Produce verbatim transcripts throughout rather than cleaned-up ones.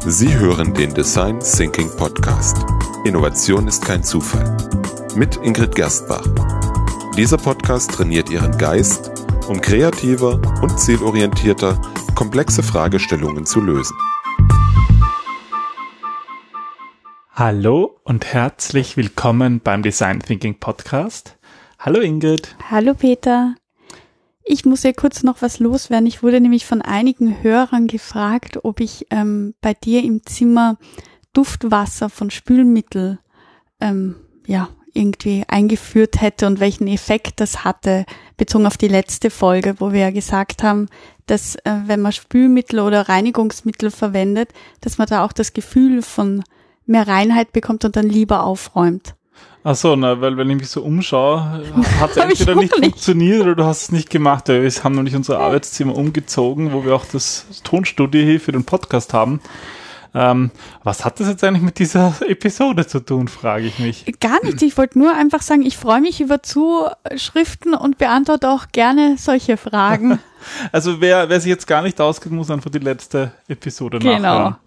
Sie hören den Design Thinking Podcast. Innovation ist kein Zufall. Mit Ingrid Gerstbach. Dieser Podcast trainiert Ihren Geist, um kreativer und zielorientierter komplexe Fragestellungen zu lösen. Hallo und herzlich willkommen beim Design Thinking Podcast. Hallo Ingrid. Hallo Peter. Ich muss ja kurz noch was loswerden. Ich wurde nämlich von einigen Hörern gefragt, ob ich ähm, bei dir im Zimmer Duftwasser von Spülmittel ähm, ja irgendwie eingeführt hätte und welchen Effekt das hatte, bezogen auf die letzte Folge, wo wir ja gesagt haben, dass äh, wenn man Spülmittel oder Reinigungsmittel verwendet, dass man da auch das Gefühl von mehr Reinheit bekommt und dann lieber aufräumt. Ach so, na, weil wenn ich mich so umschaue, hat es entweder nicht, nicht funktioniert oder du hast es nicht gemacht. Wir haben nämlich unser Arbeitszimmer umgezogen, wo wir auch das Tonstudio hier für den Podcast haben. Ähm, was hat das jetzt eigentlich mit dieser Episode zu tun, frage ich mich. Gar nichts. Ich wollte nur einfach sagen, ich freue mich über Zuschriften und beantworte auch gerne solche Fragen. Also wer, wer sich jetzt gar nicht auskennt, muss einfach die letzte Episode genau. nachhören.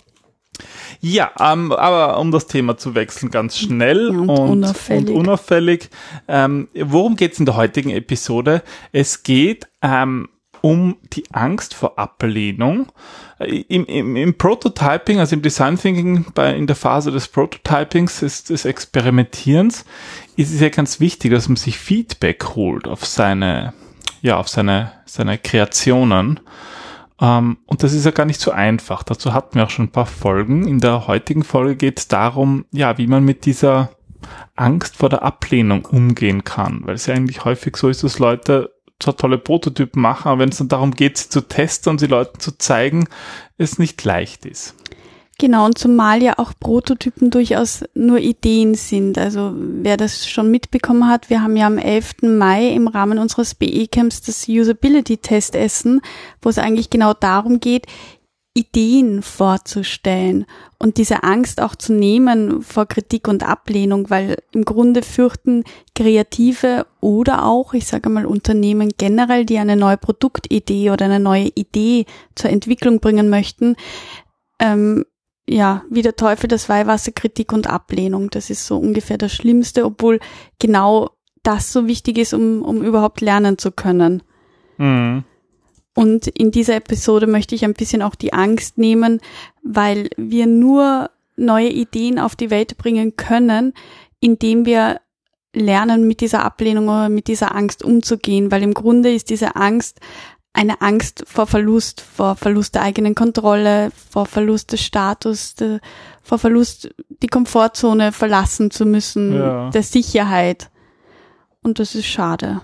Ja, ähm, aber um das Thema zu wechseln, ganz schnell ja, und, und unauffällig. Und unauffällig. Ähm, worum geht es in der heutigen Episode? Es geht ähm, um die Angst vor Ablehnung. Im, im, im Prototyping, also im Design Thinking, bei, in der Phase des Prototypings, des, des Experimentierens, ist es ja ganz wichtig, dass man sich Feedback holt auf seine, ja, auf seine, seine Kreationen. Um, und das ist ja gar nicht so einfach. Dazu hatten wir auch schon ein paar Folgen. In der heutigen Folge geht es darum, ja, wie man mit dieser Angst vor der Ablehnung umgehen kann. Weil es ja eigentlich häufig so ist, dass Leute zwar tolle Prototypen machen, aber wenn es dann darum geht, sie zu testen und sie Leuten zu zeigen, es nicht leicht ist. Genau, und zumal ja auch Prototypen durchaus nur Ideen sind. Also wer das schon mitbekommen hat, wir haben ja am elften Mai im Rahmen unseres B E-Camps das Usability-Testessen, wo es eigentlich genau darum geht, Ideen vorzustellen und diese Angst auch zu nehmen vor Kritik und Ablehnung, weil im Grunde fürchten Kreative oder auch, ich sage mal, Unternehmen generell, die eine neue Produktidee oder eine neue Idee zur Entwicklung bringen möchten, ähm, ja, wie der Teufel das Weihwasser, Kritik und Ablehnung. Das ist so ungefähr das Schlimmste, obwohl genau das so wichtig ist, um, um überhaupt lernen zu können. Mhm. Und in dieser Episode möchte ich ein bisschen auch die Angst nehmen, weil wir nur neue Ideen auf die Welt bringen können, indem wir lernen, mit dieser Ablehnung oder mit dieser Angst umzugehen, weil im Grunde ist diese Angst eine Angst vor Verlust, vor Verlust der eigenen Kontrolle, vor Verlust des Status, de, vor Verlust, die Komfortzone verlassen zu müssen, ja. Der Sicherheit. Und das ist schade.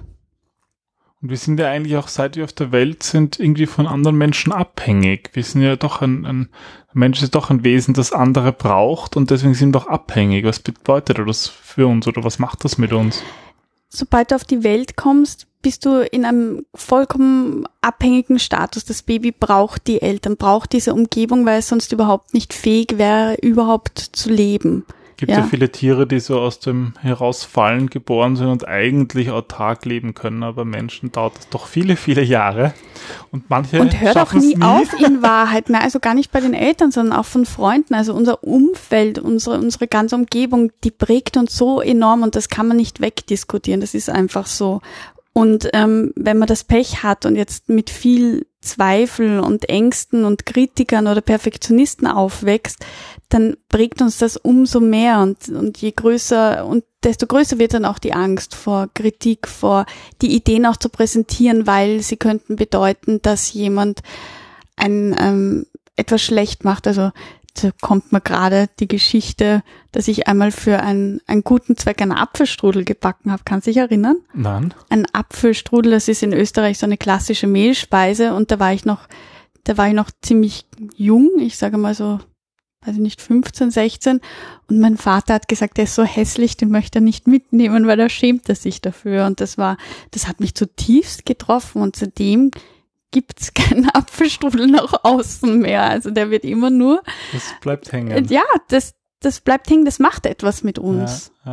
Und wir sind ja eigentlich auch, seit wir auf der Welt sind, irgendwie von anderen Menschen abhängig. Wir sind ja doch ein, ein Mensch ist doch ein Wesen, das andere braucht und deswegen sind wir auch abhängig. Was bedeutet das für uns oder was macht das mit uns? Sobald du auf die Welt kommst, bist du in einem vollkommen abhängigen Status. Das Baby braucht die Eltern, braucht diese Umgebung, weil es sonst überhaupt nicht fähig wäre, überhaupt zu leben. Gibt ja. ja viele Tiere, die so aus dem Herausfallen geboren sind und eigentlich autark leben können, aber Menschen dauert das doch viele, viele Jahre und manche und hört auch nie, nie auf in Wahrheit mehr, also gar nicht bei den Eltern, sondern auch von Freunden. Also unser Umfeld, unsere unsere ganze Umgebung, die prägt uns so enorm und das kann man nicht wegdiskutieren. Das ist einfach so. Und ähm, wenn man das Pech hat und jetzt mit viel Zweifel und Ängsten und Kritikern oder Perfektionisten aufwächst, dann prägt uns das umso mehr und, und je größer und desto größer wird dann auch die Angst vor Kritik, vor die Ideen auch zu präsentieren, weil sie könnten bedeuten, dass jemand ein ähm, etwas schlecht macht. Also da kommt mir gerade die Geschichte, dass ich einmal für einen, einen guten Zweck einen Apfelstrudel gebacken habe. Kannst du dich erinnern? Nein. Ein Apfelstrudel, das ist in Österreich so eine klassische Mehlspeise und da war ich noch, da war ich noch ziemlich jung, ich sage mal so, weiß ich nicht, fünfzehn, sechzehn und mein Vater hat gesagt, der ist so hässlich, den möchte er nicht mitnehmen, weil er schämt er sich dafür und das war, das hat mich zutiefst getroffen und seitdem gibt's keinen Apfelstrudel nach außen mehr. Also der wird immer nur... Das bleibt hängen. Ja, das, das bleibt hängen, das macht etwas mit uns. Ja, ja.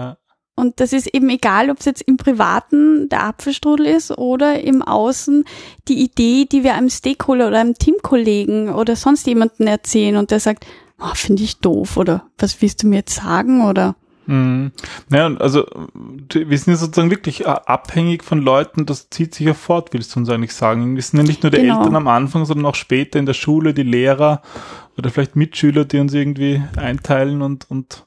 Und das ist eben egal, ob es jetzt im Privaten der Apfelstrudel ist oder im Außen die Idee, die wir einem Stakeholder oder einem Teamkollegen oder sonst jemanden erzählen und der sagt, oh, finde ich doof oder was willst du mir jetzt sagen oder Mhm. Ja, also wir sind ja sozusagen wirklich abhängig von Leuten, das zieht sich ja fort, willst du uns eigentlich sagen. Wir sind ja nicht nur die Genau. Eltern am Anfang, sondern auch später in der Schule, die Lehrer oder vielleicht Mitschüler, die uns irgendwie einteilen und, und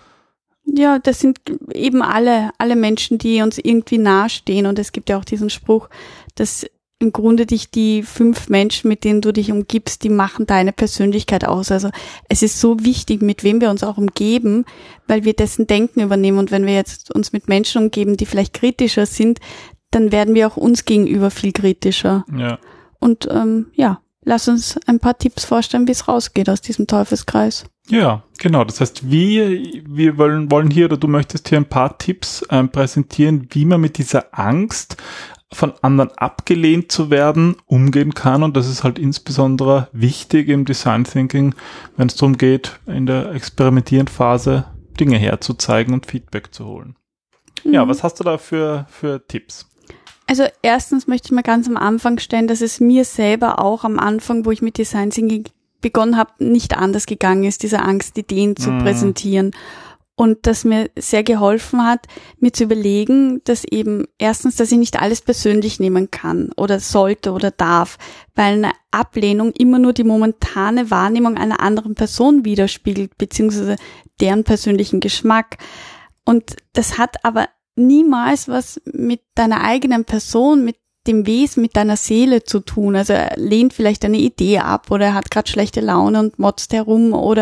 ja, das sind eben alle, alle Menschen, die uns irgendwie nahestehen und es gibt ja auch diesen Spruch, dass im Grunde dich die fünf Menschen, mit denen du dich umgibst, die machen deine Persönlichkeit aus. Also es ist so wichtig, mit wem wir uns auch umgeben, weil wir dessen Denken übernehmen. Und wenn wir jetzt uns mit Menschen umgeben, die vielleicht kritischer sind, dann werden wir auch uns gegenüber viel kritischer. ja. Und ähm, ja, lass uns ein paar Tipps vorstellen, wie es rausgeht aus diesem Teufelskreis. Ja, genau. Das heißt, wir, wir wollen, wollen hier oder du möchtest hier ein paar Tipps ähm, präsentieren, wie man mit dieser Angst von anderen abgelehnt zu werden, umgehen kann. Und das ist halt insbesondere wichtig im Design Thinking, wenn es darum geht, in der Experimentierenphase Dinge herzuzeigen und Feedback zu holen. Mhm. Ja, was hast du da für, für Tipps? Also erstens möchte ich mal ganz am Anfang stellen, dass es mir selber auch am Anfang, wo ich mit Design Thinking begonnen habe, nicht anders gegangen ist, diese Angst, Ideen zu mhm. präsentieren. Und das mir sehr geholfen hat, mir zu überlegen, dass eben erstens, dass ich nicht alles persönlich nehmen kann oder sollte oder darf, weil eine Ablehnung immer nur die momentane Wahrnehmung einer anderen Person widerspiegelt, beziehungsweise deren persönlichen Geschmack. Und das hat aber niemals was mit deiner eigenen Person, mit dem Wesen, mit deiner Seele zu tun. Also er lehnt vielleicht eine Idee ab oder er hat gerade schlechte Laune und motzt herum oder,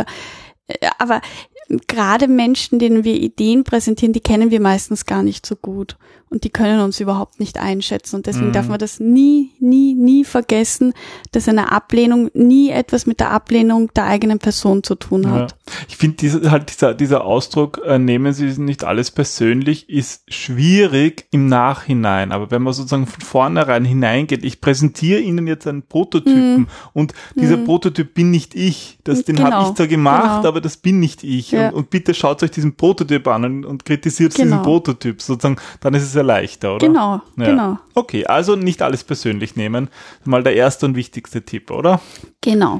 aber gerade Menschen, denen wir Ideen präsentieren, die kennen wir meistens gar nicht so gut und die können uns überhaupt nicht einschätzen und deswegen mhm. darf man das nie, nie, nie vergessen, dass eine Ablehnung nie etwas mit der Ablehnung der eigenen Person zu tun hat. Ja. Ich finde diese, halt dieser, dieser Ausdruck, äh, nehmen Sie nicht alles persönlich, ist schwierig im Nachhinein, aber wenn man sozusagen von vornherein hineingeht, ich präsentiere Ihnen jetzt einen Prototypen mhm. und dieser mhm. Prototyp bin nicht ich, das, den genau. habe ich zwar gemacht, genau. aber das bin nicht ich ja. und, und bitte schaut euch diesen Prototyp an und, und kritisiert genau. diesen Prototyp, sozusagen, dann ist es ja leichter, oder? Genau, ja. genau. Okay, also nicht alles persönlich nehmen. Mal der erste und wichtigste Tipp, oder? Genau.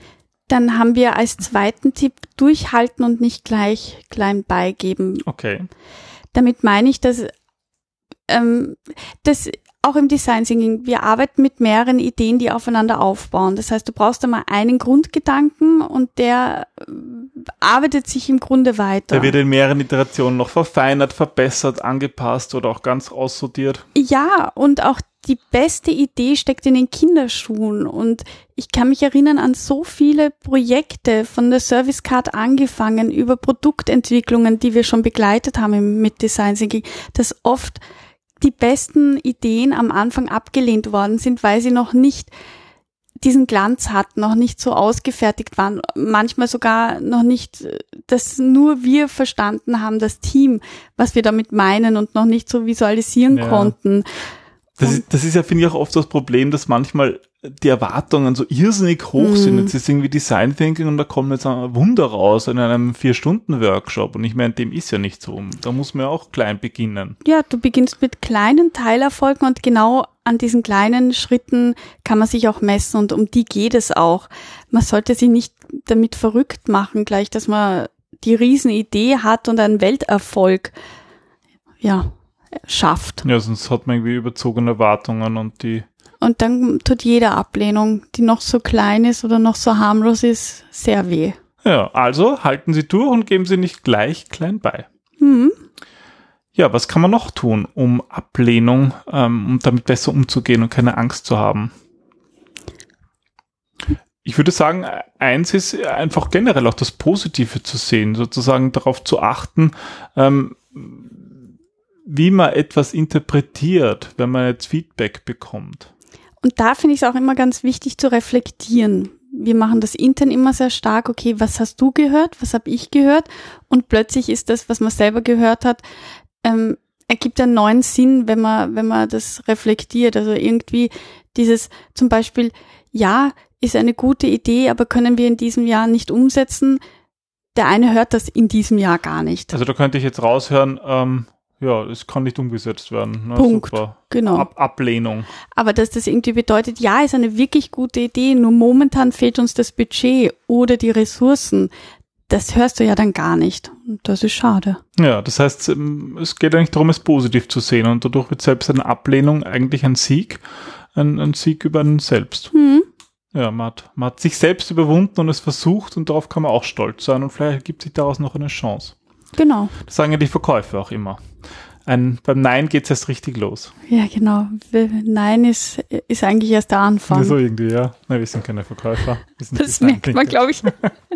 Dann haben wir als zweiten Tipp durchhalten und nicht gleich klein beigeben. Okay. Damit meine ich, dass, ähm, dass auch im Design Thinking, wir arbeiten mit mehreren Ideen, die aufeinander aufbauen. Das heißt, du brauchst einmal einen Grundgedanken und der arbeitet sich im Grunde weiter. Der wird in mehreren Iterationen noch verfeinert, verbessert, angepasst oder auch ganz aussortiert. Ja, und auch die beste Idee steckt in den Kinderschuhen und ich kann mich erinnern an so viele Projekte von der Service Card angefangen über Produktentwicklungen, die wir schon begleitet haben mit Design Thinking, dass oft die besten Ideen am Anfang abgelehnt worden sind, weil sie noch nicht diesen Glanz hatten, noch nicht so ausgefertigt waren, manchmal sogar noch nicht, dass nur wir verstanden haben, das Team, was wir damit meinen und noch nicht so visualisieren ja. konnten. Das ist, das ist ja, finde ich, auch oft das Problem, dass manchmal die Erwartungen so irrsinnig hoch mm. sind. Jetzt ist irgendwie Design Thinking und da kommt jetzt ein Wunder raus in einem Vier-Stunden-Workshop. Und ich meine, dem ist ja nicht so. Da muss man ja auch klein beginnen. Ja, du beginnst mit kleinen Teilerfolgen und genau an diesen kleinen Schritten kann man sich auch messen und um die geht es auch. Man sollte sich nicht damit verrückt machen, gleich, dass man die Riesenidee hat und einen Welterfolg, ja, schafft. Ja, sonst hat man irgendwie überzogene Erwartungen und die... Und dann tut jede Ablehnung, die noch so klein ist oder noch so harmlos ist, sehr weh. Ja, also halten Sie durch und geben Sie nicht gleich klein bei. Mhm. Ja, was kann man noch tun, um Ablehnung, ähm, um damit besser umzugehen und keine Angst zu haben? Ich würde sagen, eins ist einfach generell auch das Positive zu sehen, sozusagen darauf zu achten, ähm, wie man etwas interpretiert, wenn man jetzt Feedback bekommt. Und da finde ich es auch immer ganz wichtig zu reflektieren. Wir machen das intern immer sehr stark. Okay, was hast du gehört? Was habe ich gehört? Und plötzlich ist das, was man selber gehört hat, ähm, ergibt einen neuen Sinn, wenn man, wenn man das reflektiert. Also irgendwie dieses zum Beispiel, ja, ist eine gute Idee, aber können wir in diesem Jahr nicht umsetzen. der eine hört das in diesem Jahr gar nicht. Also da könnte ich jetzt raushören, ähm, ja, es kann nicht umgesetzt werden. Na, Punkt, super. genau. Ab- Ablehnung. Aber dass das irgendwie bedeutet, ja, ist eine wirklich gute Idee, nur momentan fehlt uns das Budget oder die Ressourcen, das hörst du ja dann gar nicht. Und das ist schade. Ja, das heißt, es geht eigentlich darum, es positiv zu sehen und dadurch wird selbst eine Ablehnung eigentlich ein Sieg, ein, ein Sieg über einen selbst. Hm. Ja, man hat, man hat sich selbst überwunden und es versucht und darauf kann man auch stolz sein und vielleicht ergibt sich daraus noch eine Chance. Genau. Das sagen ja die Verkäufer auch immer. Ein, beim Nein geht es erst richtig los. Ja, genau. Nein ist, ist eigentlich erst der Anfang. So irgendwie, ja. Na, wir sind keine Verkäufer. Wir sind Das merkt man, glaube ich.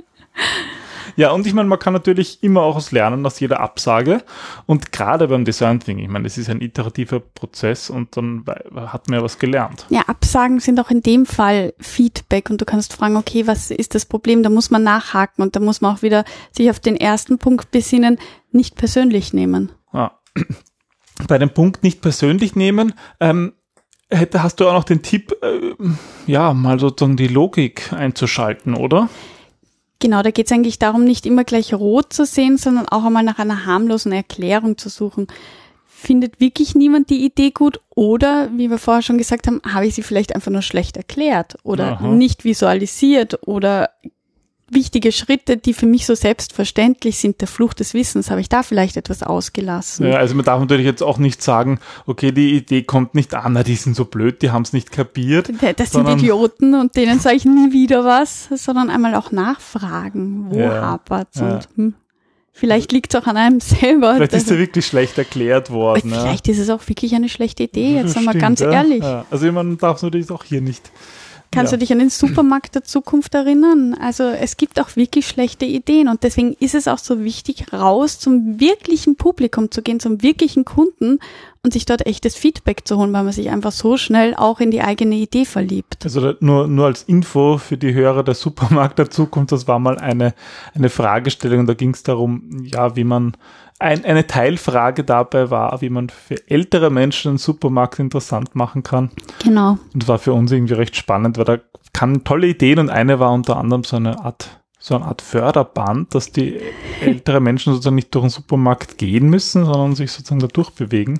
Ja, und ich meine, man kann natürlich immer auch was lernen aus jeder Absage und gerade beim Design Thinking, ich meine, es ist ein iterativer Prozess und dann hat man ja was gelernt. Ja, Absagen sind auch in dem Fall Feedback und du kannst fragen, okay, was ist das Problem? Da muss man nachhaken und da muss man auch wieder sich auf den ersten Punkt besinnen, nicht persönlich nehmen. Ja. Bei dem Punkt nicht persönlich nehmen, ähm, hätte, hast du auch noch den Tipp, äh, ja, mal sozusagen die Logik einzuschalten, oder? Genau, da geht es eigentlich darum, nicht immer gleich rot zu sehen, sondern auch einmal nach einer harmlosen Erklärung zu suchen. Findet wirklich niemand die Idee gut oder, wie wir vorher schon gesagt haben, habe ich sie vielleicht einfach nur schlecht erklärt oder Aha. nicht visualisiert oder wichtige Schritte, die für mich so selbstverständlich sind, der Fluch des Wissens, habe ich da vielleicht etwas ausgelassen. Ja, also man darf natürlich jetzt auch nicht sagen, okay, die Idee kommt nicht an, na, die sind so blöd, die haben es nicht kapiert. Das sind Idioten und denen sage ich nie wieder was, sondern einmal auch nachfragen, wo ja, hapert's ja. und hm, vielleicht liegt es auch an einem selber. Vielleicht ist er wirklich schlecht erklärt worden. Vielleicht ja. ist es auch wirklich eine schlechte Idee, jetzt Stimmt, einmal ganz ja. ehrlich. Ja. Also man darf es natürlich auch hier nicht. Kannst ja. du dich an den Supermarkt der Zukunft erinnern? Also es gibt auch wirklich schlechte Ideen und deswegen ist es auch so wichtig, raus zum wirklichen Publikum zu gehen, zum wirklichen Kunden und sich dort echtes Feedback zu holen, weil man sich einfach so schnell auch in die eigene Idee verliebt. Also nur, nur als Info für die Hörer, der Supermarkt der Zukunft, das war mal eine, eine Fragestellung, da ging es darum, ja, wie man, ein, eine Teilfrage dabei war, wie man für ältere Menschen einen Supermarkt interessant machen kann. Genau. Und das war für uns irgendwie recht spannend, weil da kamen tolle Ideen und eine war unter anderem so eine Art, so eine Art Förderband, dass die ältere Menschen sozusagen nicht durch den Supermarkt gehen müssen, sondern sich sozusagen da durchbewegen.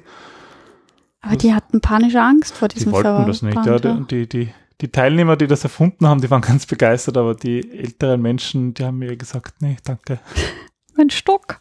Aber die hatten panische Angst vor diesem Die wollten Förderband. das nicht, ja, die, die, die Die Teilnehmer, die das erfunden haben, die waren ganz begeistert, aber die älteren Menschen, die haben mir gesagt, nee, danke. Mein Stock.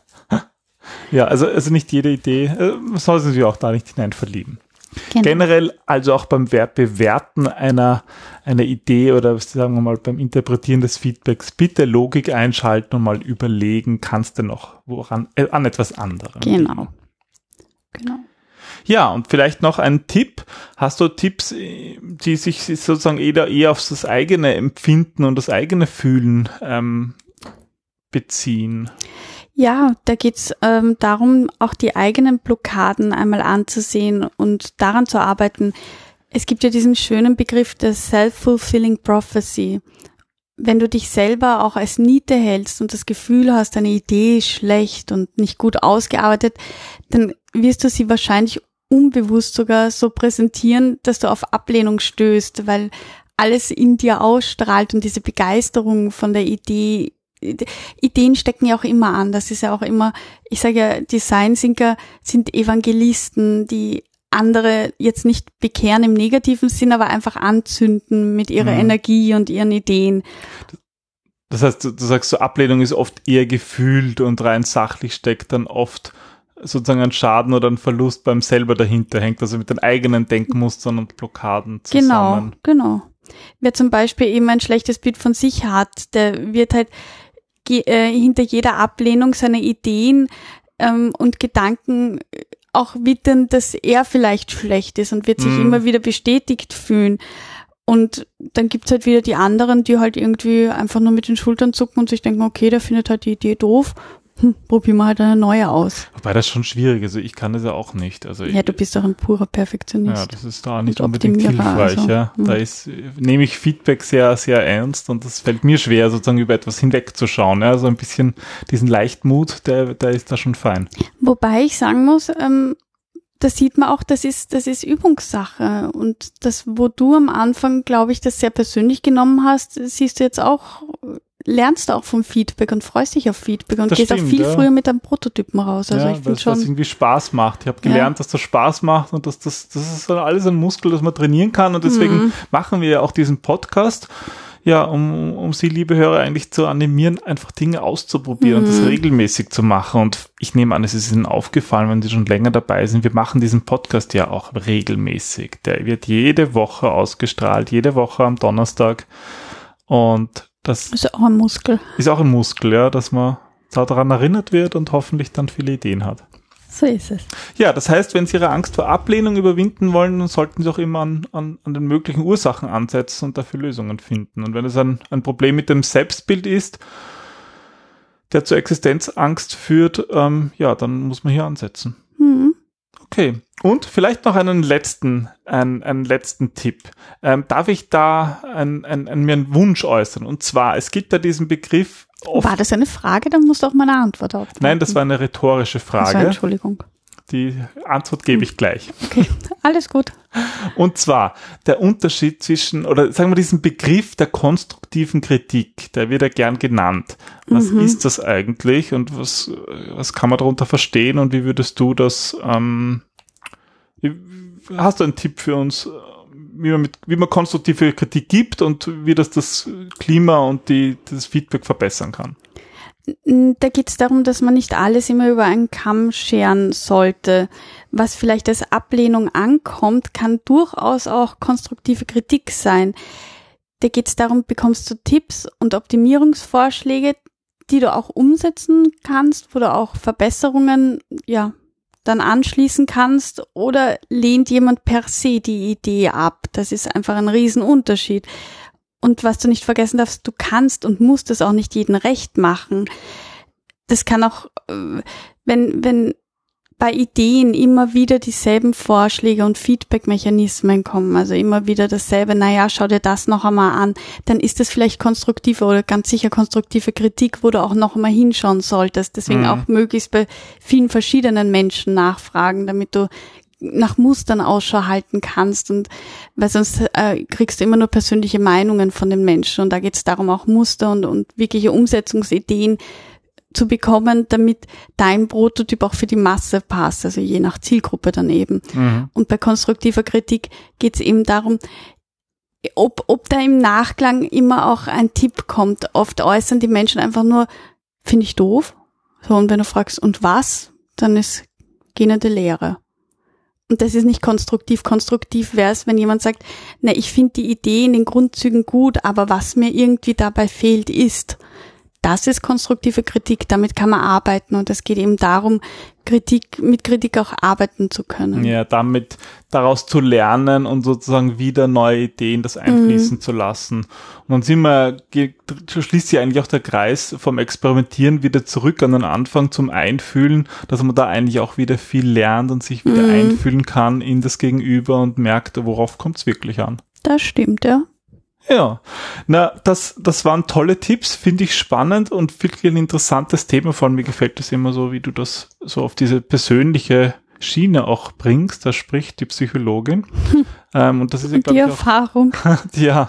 Ja, also, also nicht jede Idee, äh, man soll sich auch da nicht hinein verlieben. Genau. Generell, also auch beim Bewerten einer, einer Idee oder sagen wir mal beim Interpretieren des Feedbacks, bitte Logik einschalten und mal überlegen, kannst du noch woran, äh, an etwas anderem. Genau. Genau. Ja, und vielleicht noch ein Tipp. Hast du Tipps, die sich sozusagen eher, eher auf das eigene Empfinden und das eigene Fühlen ähm, beziehen? Ja, da geht's ähm, darum, auch die eigenen Blockaden einmal anzusehen und daran zu arbeiten. Es gibt ja diesen schönen Begriff der Self-Fulfilling Prophecy. Wenn du dich selber auch als Niete hältst und das Gefühl hast, deine Idee ist schlecht und nicht gut ausgearbeitet, dann wirst du sie wahrscheinlich unbewusst sogar so präsentieren, dass du auf Ablehnung stößt, weil alles in dir ausstrahlt und diese Begeisterung von der Idee. Ideen stecken ja auch immer an. Das ist ja auch immer, ich sage ja, Design Thinker sind Evangelisten, die andere jetzt nicht bekehren im negativen Sinn, aber einfach anzünden mit ihrer mhm. Energie und ihren Ideen. Das heißt, du, du sagst, so Ablehnung ist oft eher gefühlt und rein sachlich steckt dann oft sozusagen ein Schaden oder ein Verlust beim selber dahinter hängt, also mit den eigenen Denkmustern und Blockaden zusammen. Genau, genau. Wer zum Beispiel eben ein schlechtes Bild von sich hat, der wird halt ge- äh, hinter jeder Ablehnung seine Ideen ähm, und Gedanken auch wittern, dass er vielleicht schlecht ist und wird sich mm. immer wieder bestätigt fühlen. Und dann gibt's halt wieder die anderen, die halt irgendwie einfach nur mit den Schultern zucken und sich denken, okay, der findet halt die Idee doof. Hm, probieren wir halt eine neue aus. Wobei das schon schwierig, also ich kann das ja auch nicht. Also ja, ich, du bist doch ein purer Perfektionist. Ja, das ist da nicht unbedingt hilfreich. Also. Ja. Hm. Da ist, nehme ich Feedback sehr, sehr ernst und das fällt mir schwer, sozusagen über etwas hinwegzuschauen. Ja. Also ein bisschen diesen Leichtmut, der, der ist da schon fein. Wobei ich sagen muss, ähm, da sieht man auch, das ist, das ist Übungssache. Und das, wo du am Anfang, glaube ich, das sehr persönlich genommen hast, siehst du jetzt auch lernst du auch vom Feedback und freust dich auf Feedback und Das gehst stimmt, auch viel ja. früher mit einem Prototypen raus. Also ja, ich finde weil schon. das irgendwie Spaß macht. Ich habe gelernt, Ja. dass das Spaß macht und dass das, das ist so alles ein Muskel, das man trainieren kann und deswegen Mhm. machen wir ja auch diesen Podcast, ja, um, um Sie, liebe Hörer, eigentlich zu animieren, einfach Dinge auszuprobieren Mhm. und das regelmäßig zu machen. Und ich nehme an, es ist Ihnen aufgefallen, wenn Sie schon länger dabei sind, wir machen diesen Podcast ja auch regelmäßig. Der wird jede Woche ausgestrahlt, jede Woche am Donnerstag und das Ist auch ein Muskel. ist auch ein Muskel, ja, dass man daran erinnert wird und hoffentlich dann viele Ideen hat. So ist es. Ja, das heißt, wenn Sie Ihre Angst vor Ablehnung überwinden wollen, dann sollten Sie auch immer an, an, an den möglichen Ursachen ansetzen und dafür Lösungen finden. Und wenn es ein, ein Problem mit dem Selbstbild ist, der zur Existenzangst führt, ähm, ja, dann muss man hier ansetzen. Mhm. Okay. Und vielleicht noch einen letzten, einen, einen letzten Tipp. Ähm, darf ich da ein, ein, ein, mir einen Wunsch äußern? Und zwar, es gibt da diesen Begriff oft. War das eine Frage? Dann musst du auch meine Antwort auf. Nein, das war eine rhetorische Frage. Also, Entschuldigung. Die Antwort gebe ich gleich. Okay, alles gut. Und zwar der Unterschied zwischen, oder sagen wir diesen Begriff der konstruktiven Kritik, der wird ja gern genannt. Was Mhm. ist das eigentlich und was, was kann man darunter verstehen und wie würdest du das, ähm, wie, hast du einen Tipp für uns, wie man, mit, wie man konstruktive Kritik gibt und wie das das Klima und die, das Feedback verbessern kann? Da geht es darum, dass man nicht alles immer über einen Kamm scheren sollte. Was vielleicht als Ablehnung ankommt, kann durchaus auch konstruktive Kritik sein. Da geht es darum, bekommst du Tipps und Optimierungsvorschläge, die du auch umsetzen kannst, wo du auch Verbesserungen, ja, dann anschließen kannst, oder lehnt jemand per se die Idee ab? Das ist einfach ein Riesenunterschied. Und was du nicht vergessen darfst, du kannst und musst es auch nicht jedem recht machen. Das kann auch, äh, wenn, wenn bei Ideen immer wieder dieselben Vorschläge und Feedback-Mechanismen kommen, also immer wieder dasselbe, naja, schau dir das noch einmal an, dann ist das vielleicht konstruktive oder ganz sicher konstruktive Kritik, wo du auch noch einmal hinschauen solltest. Deswegen Mhm. auch möglichst bei vielen verschiedenen Menschen nachfragen, damit du nach Mustern Ausschau halten kannst, und weil sonst äh, kriegst du immer nur persönliche Meinungen von den Menschen, und da geht es darum, auch Muster und, und wirkliche Umsetzungsideen zu bekommen, damit dein Prototyp auch für die Masse passt, also je nach Zielgruppe dann eben. Mhm. Und bei konstruktiver Kritik geht es eben darum, ob, ob da im Nachklang immer auch ein Tipp kommt. Oft äußern die Menschen einfach nur, finde ich doof. So, und wenn du fragst, und was, dann ist gehende Leere. Und das ist nicht konstruktiv. Konstruktiv wäre es, wenn jemand sagt, na, ich finde die Idee in den Grundzügen gut, aber was mir irgendwie dabei fehlt, ist. Das ist konstruktive Kritik, damit kann man arbeiten, und es geht eben darum, Kritik, mit Kritik auch arbeiten zu können. Ja, damit daraus zu lernen und sozusagen wieder neue Ideen das einfließen mhm. zu lassen. Und dann sind wir, schließt sich eigentlich auch der Kreis vom Experimentieren wieder zurück an den Anfang zum Einfühlen, dass man da eigentlich auch wieder viel lernt und sich wieder mhm. einfühlen kann in das Gegenüber und merkt, worauf kommt es wirklich an. Das stimmt, ja. Ja, na, das, das waren tolle Tipps, finde ich spannend und wirklich ein interessantes Thema. Vor allem, mir gefällt das immer so, wie du das so auf diese persönliche Schiene auch bringst. Da spricht die Psychologin. Hm. Ähm, und das ist ja, glaube ich, die Erfahrung. Auch, ja,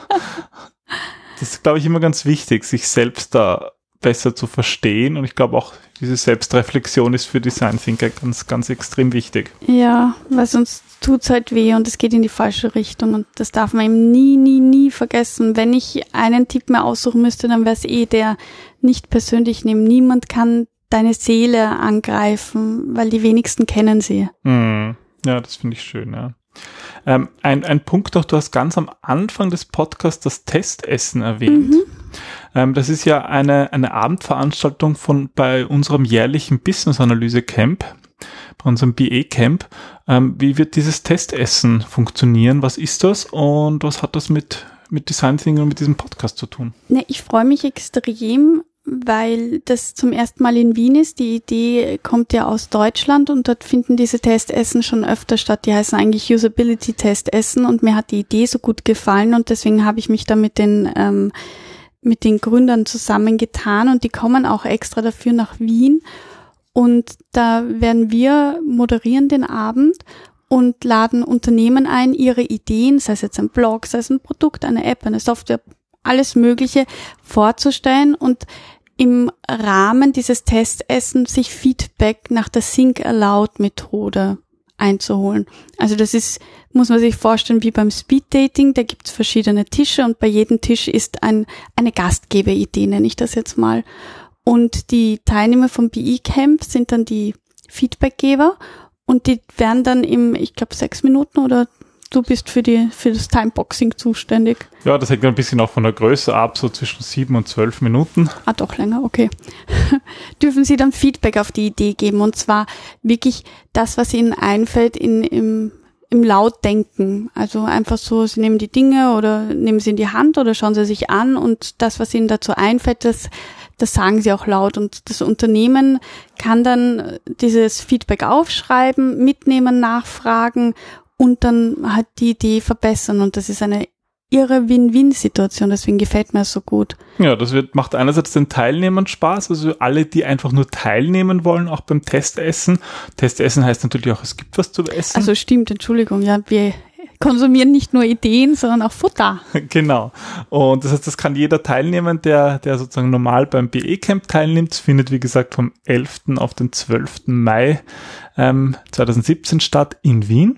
das ist, glaube ich, immer ganz wichtig, sich selbst da besser zu verstehen. Und ich glaube auch, diese Selbstreflexion ist für Design Thinker ganz, ganz extrem wichtig. Ja, weil sonst tut's halt weh und es geht in die falsche Richtung, und das darf man eben nie, nie, nie vergessen. Wenn ich einen Tipp mehr aussuchen müsste, dann wäre es eh der nicht persönlich nehmen. Niemand kann deine Seele angreifen, weil die wenigsten kennen sie. Mm, ja, das finde ich schön, ja. Ähm, ein, ein Punkt noch, du hast ganz am Anfang des Podcasts das Testessen erwähnt. Mhm. Ähm, das ist ja eine, eine Abendveranstaltung von bei unserem jährlichen Business-Analyse-Camp, bei unserem B E-Camp. Ähm, wie wird dieses Testessen funktionieren? Was ist das und was hat das mit, mit Design Thinking und mit diesem Podcast zu tun? Ne, ich freue mich extrem, weil das zum ersten Mal in Wien ist. Die Idee kommt ja aus Deutschland, und dort finden diese Testessen schon öfter statt. Die heißen eigentlich Usability-Testessen, und mir hat die Idee so gut gefallen, und deswegen habe ich mich da mit den, ähm, mit den Gründern zusammengetan, und die kommen auch extra dafür nach Wien. Und da werden wir moderieren den Abend und laden Unternehmen ein, ihre Ideen, sei es jetzt ein Blog, sei es ein Produkt, eine App, eine Software, alles Mögliche vorzustellen und im Rahmen dieses Testessens sich Feedback nach der Think Aloud Methode einzuholen. Also das ist, muss man sich vorstellen, wie beim Speeddating, da gibt's verschiedene Tische und bei jedem Tisch ist ein, eine Gastgeberidee, nenne ich das jetzt mal. Und die Teilnehmer vom B E-Camp sind dann die Feedbackgeber und die werden dann im, ich glaube, sechs Minuten oder du bist für die für das Timeboxing zuständig. Ja, das hängt ein bisschen auch von der Größe ab, so zwischen sieben und zwölf Minuten. Ah, doch länger, okay. Dürfen Sie dann Feedback auf die Idee geben und zwar wirklich das, was Ihnen einfällt in, im, im Lautdenken. Also einfach so, Sie nehmen die Dinge oder nehmen sie in die Hand oder schauen Sie sich an und das, was Ihnen dazu einfällt, das, das sagen Sie auch laut und das Unternehmen kann dann dieses Feedback aufschreiben, mitnehmen, nachfragen und dann halt die Idee verbessern. Und das ist eine irre Win-Win-Situation, deswegen gefällt mir das so gut. Ja, das wird, macht einerseits den Teilnehmern Spaß, also alle, die einfach nur teilnehmen wollen, auch beim Testessen. Testessen heißt natürlich auch, es gibt was zu essen. Also stimmt, Entschuldigung, ja, wir konsumieren nicht nur Ideen, sondern auch Futter. Genau. Und das heißt, das kann jeder teilnehmen, der, der sozusagen normal beim B E-Camp teilnimmt. Es findet, wie gesagt, vom elften auf den zwölften Mai ähm, zweitausendsiebzehn statt in Wien.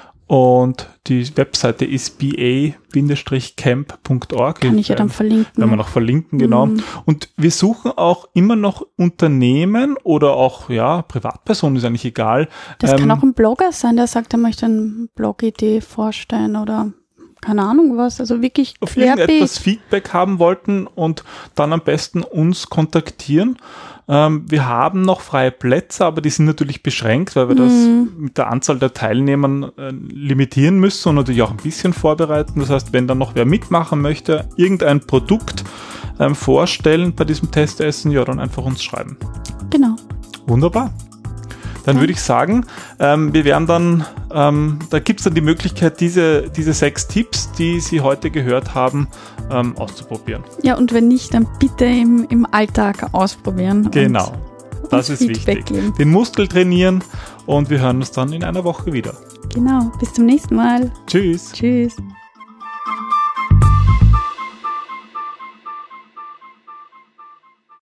Und die Webseite ist b a camp punkt org. Kann ich ja dann verlinken. Werden wir noch verlinken, genau. Mhm. Und wir suchen auch immer noch Unternehmen oder auch, ja, Privatpersonen, ist eigentlich egal. Das ähm, kann auch ein Blogger sein, der sagt, er möchte eine Blogidee vorstellen oder keine Ahnung was. Also wirklich auf irgendetwas Feedback haben wollten und dann am besten uns kontaktieren. Ähm, wir haben noch freie Plätze, aber die sind natürlich beschränkt, weil wir das mm. mit der Anzahl der Teilnehmern äh, limitieren müssen und natürlich auch ein bisschen vorbereiten. Das heißt, wenn dann noch wer mitmachen möchte, irgendein Produkt ähm, vorstellen bei diesem Testessen, ja, dann einfach uns schreiben. Genau. Wunderbar. Dann ja. würde ich sagen, ähm, wir werden dann, ähm, da gibt es dann die Möglichkeit, diese, diese sechs Tipps, die Sie heute gehört haben, ähm, auszuprobieren. Ja, und wenn nicht, dann bitte im, im Alltag ausprobieren. Genau, das ist Feedback wichtig. Geben. Den Muskel trainieren und wir hören uns dann in einer Woche wieder. Genau, bis zum nächsten Mal. Tschüss. Tschüss.